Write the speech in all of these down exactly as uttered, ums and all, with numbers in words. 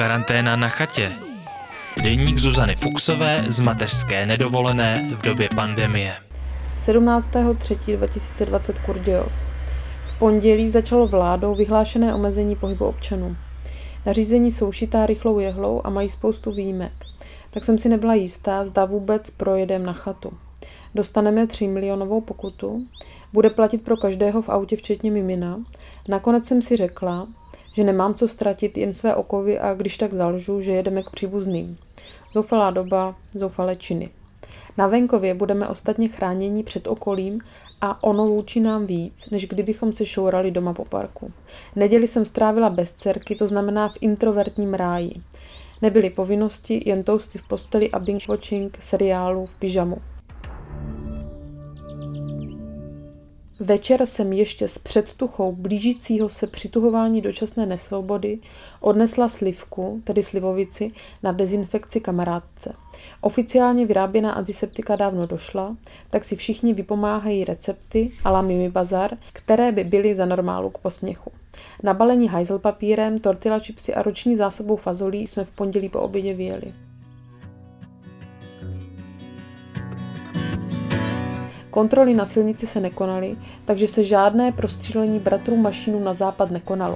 Karanténa na chatě. Deník Zuzany Fuchsové z mateřské nedovolené v době pandemie. sedmnáctého třetího dva tisíce dvacet Kurdějov. V pondělí začalo vládou vyhlášené omezení pohybu občanů. Nařízení jsou šitá rychlou jehlou a mají spoustu výjimek. Tak jsem si nebyla jistá, zda vůbec projedem na chatu. Dostaneme tři milionovou pokutu, bude platit pro každého v autě včetně mimina. Nakonec jsem si řekla, že nemám co ztratit, jen své okovy a když tak zalžu, že jedeme k příbuzným. Zoufalá doba, zoufalé činy. Na venkově budeme ostatně chráněni před okolím a ono loučí nám víc, než kdybychom se šourali doma po parku. Neděli jsem strávila bez dcerky, to znamená v introvertním ráji. Nebyly povinnosti, jen toasty v posteli a binge watching seriálu v pyžamu. Večer jsem ještě s předtuchou blížícího se přituhování dočasné nesvobody odnesla slivku, tedy slivovici, na dezinfekci kamarádce. Oficiálně vyráběná antiseptika dávno došla, tak si všichni vypomáhají recepty a la Mimi Bazar, které by byly za normálu k posměchu. Na balení hajzl papírem, tortilla chipsy a roční zásobou fazolí jsme v pondělí po obědě vyjeli. Kontroly na silnici se nekonaly, takže se žádné prostřílení bratrů Mašínů na západ nekonalo.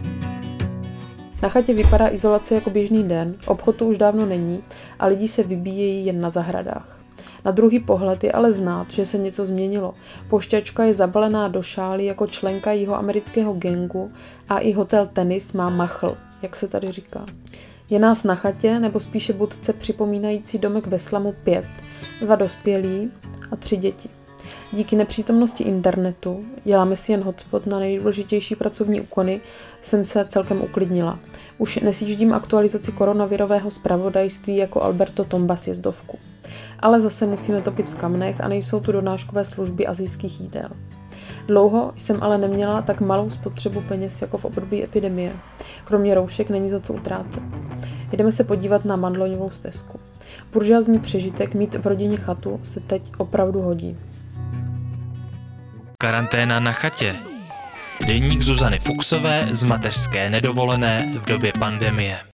Na chatě vypadá izolace jako běžný den, obchod tu už dávno není a lidi se vybíjejí jen na zahradách. Na druhý pohled je ale znát, že se něco změnilo. Pošťačka je zabalená do šály jako členka jihoamerického gangu a i hotel Tennis má machl, jak se tady říká. Je nás na chatě, nebo spíše budce připomínající domek ve slamu pět, dva dospělí a tři děti. Díky nepřítomnosti internetu, děláme si jen hotspot na nejdůležitější pracovní úkony, jsem se celkem uklidnila. Už nesjíždím aktualizaci koronavirového zpravodajství jako Alberto Tomba sjezdovku. Ale zase musíme topit v kamnech a nejsou tu donáškové služby asijských jídel. Dlouho jsem ale neměla tak malou spotřebu peněz jako v období epidemie. Kromě roušek není za co utrácet. Jdeme se podívat na Mandloňovou stezku. Buržoazní přežitek mít v rodině chatu se teď opravdu hodí. Karanténa na chatě. Deník Zuzany Fuchsové z mateřské nedovolené v době pandemie.